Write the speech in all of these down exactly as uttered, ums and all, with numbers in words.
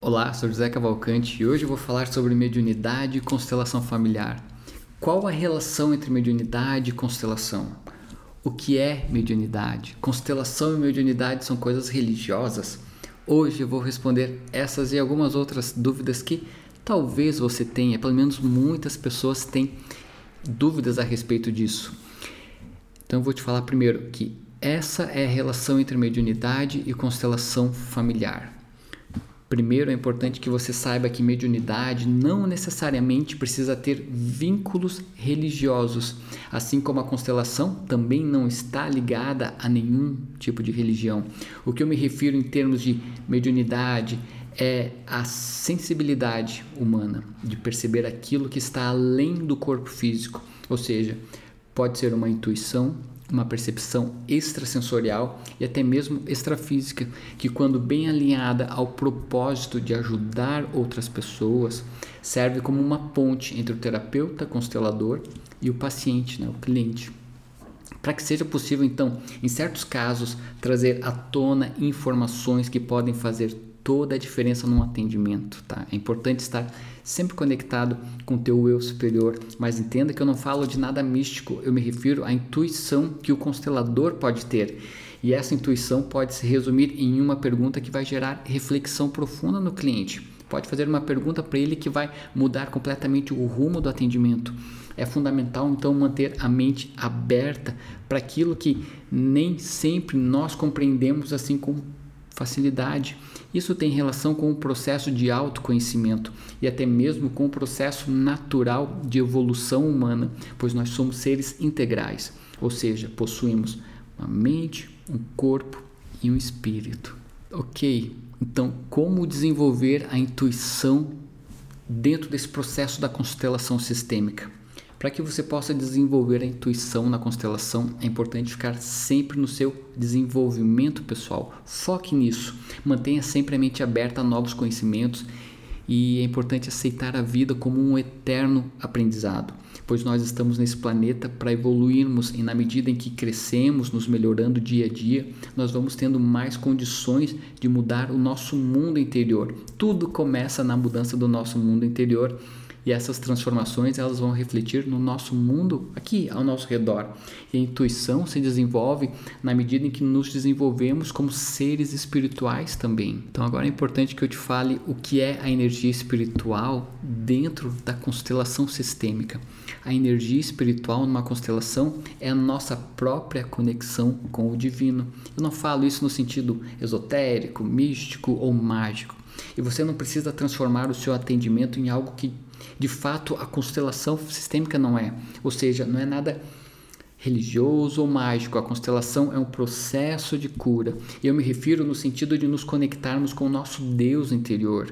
Olá, sou José Cavalcante e hoje eu vou falar sobre mediunidade e constelação familiar. Qual a relação entre mediunidade e constelação? O que é mediunidade? Constelação e mediunidade são coisas religiosas? Hoje eu vou responder essas e algumas outras dúvidas que talvez você tenha, pelo menos muitas pessoas têm dúvidas a respeito disso. Então eu vou te falar primeiro que essa é a relação entre mediunidade e constelação familiar. Primeiro, é importante que você saiba que mediunidade não necessariamente precisa ter vínculos religiosos, assim como a constelação também não está ligada a nenhum tipo de religião. O que eu me refiro em termos de mediunidade é a sensibilidade humana de perceber aquilo que está além do corpo físico, ou seja, pode ser uma intuição, uma percepção extrasensorial e até mesmo extrafísica, que quando bem alinhada ao propósito de ajudar outras pessoas, serve como uma ponte entre o terapeuta constelador e o paciente, né, o cliente. Para que seja possível, então, em certos casos, trazer à tona informações que podem fazer toda a diferença num atendimento, tá? É importante estar sempre conectado com o teu eu superior, mas entenda que eu não falo de nada místico, eu me refiro à intuição que o constelador pode ter. E essa intuição pode se resumir em uma pergunta que vai gerar reflexão profunda no cliente. Pode fazer uma pergunta para ele que vai mudar completamente o rumo do atendimento. É fundamental, então, manter a mente aberta para aquilo que nem sempre nós compreendemos assim com facilidade. Isso tem relação com o processo de autoconhecimento e até mesmo com o processo natural de evolução humana, pois nós somos seres integrais, ou seja, possuímos uma mente, um corpo e um espírito. Ok, então como desenvolver a intuição dentro desse processo da constelação sistêmica? Para que você possa desenvolver a intuição na constelação, é importante ficar sempre no seu desenvolvimento pessoal. Foque nisso. Mantenha sempre a mente aberta a novos conhecimentos e é importante aceitar a vida como um eterno aprendizado, pois nós estamos nesse planeta para evoluirmos e na medida em que crescemos, nos melhorando dia a dia, nós vamos tendo mais condições de mudar o nosso mundo interior. Tudo começa na mudança do nosso mundo interior. E essas transformações elas vão refletir no nosso mundo aqui ao nosso redor. E a intuição se desenvolve na medida em que nos desenvolvemos como seres espirituais também. Então agora é importante que eu te fale o que é a energia espiritual dentro da constelação sistêmica. A energia espiritual numa constelação é a nossa própria conexão com o divino. Eu não falo isso no sentido esotérico, místico ou mágico. E você não precisa transformar o seu atendimento em algo que de fato a constelação sistêmica não é, ou seja, não é nada religioso ou mágico. A constelação é um processo de cura. Eu me refiro no sentido de nos conectarmos com o nosso Deus interior,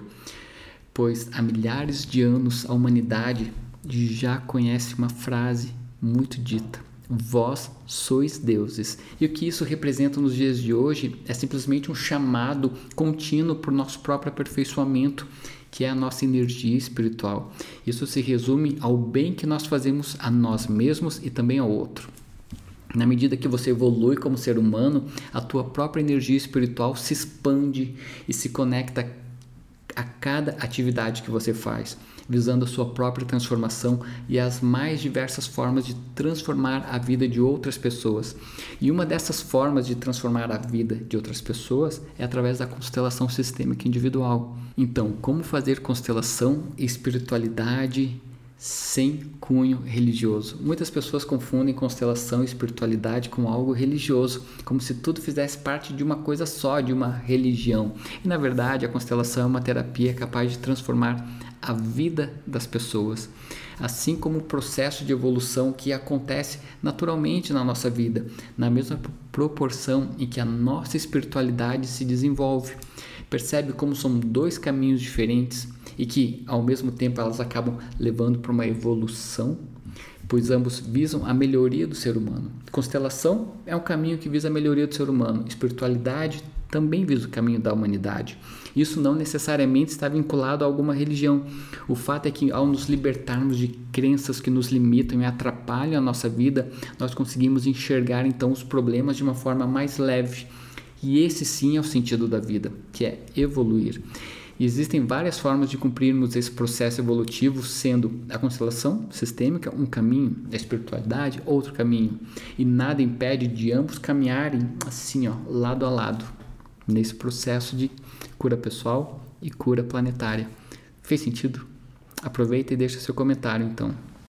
pois há milhares de anos a humanidade já conhece uma frase muito dita: vós sois deuses. E o que isso representa nos dias de hoje é simplesmente um chamado contínuo para o nosso próprio aperfeiçoamento, que é a nossa energia espiritual. Isso se resume ao bem que nós fazemos a nós mesmos e também ao outro. Na medida que você evolui como ser humano, a tua própria energia espiritual se expande e se conecta a cada atividade que você faz, visando a sua própria transformação e as mais diversas formas de transformar a vida de outras pessoas. E uma dessas formas de transformar a vida de outras pessoas é através da constelação sistêmica individual. Então, como fazer constelação e espiritualidade sem cunho religioso? Muitas pessoas confundem constelação e espiritualidade com algo religioso, como se tudo fizesse parte de uma coisa só, de uma religião. E na verdade, a constelação é uma terapia capaz de transformar a vida das pessoas, assim como o processo de evolução que acontece naturalmente na nossa vida, na mesma proporção em que a nossa espiritualidade se desenvolve. Percebe como são dois caminhos diferentes e que ao mesmo tempo elas acabam levando para uma evolução, pois ambos visam a melhoria do ser humano. Constelação é um caminho que visa a melhoria do ser humano, espiritualidade também visa o caminho da humanidade. Isso não necessariamente está vinculado a alguma religião. O fato é que ao nos libertarmos de crenças que nos limitam e atrapalham a nossa vida, nós conseguimos enxergar então os problemas de uma forma mais leve. E esse sim é o sentido da vida, que é evoluir. E existem várias formas de cumprirmos esse processo evolutivo, sendo a constelação sistêmica um caminho, a espiritualidade outro caminho. E nada impede de ambos caminharem assim, ó, lado a lado, nesse processo de cura pessoal e cura planetária. Fez sentido? Aproveita e deixa seu comentário, então.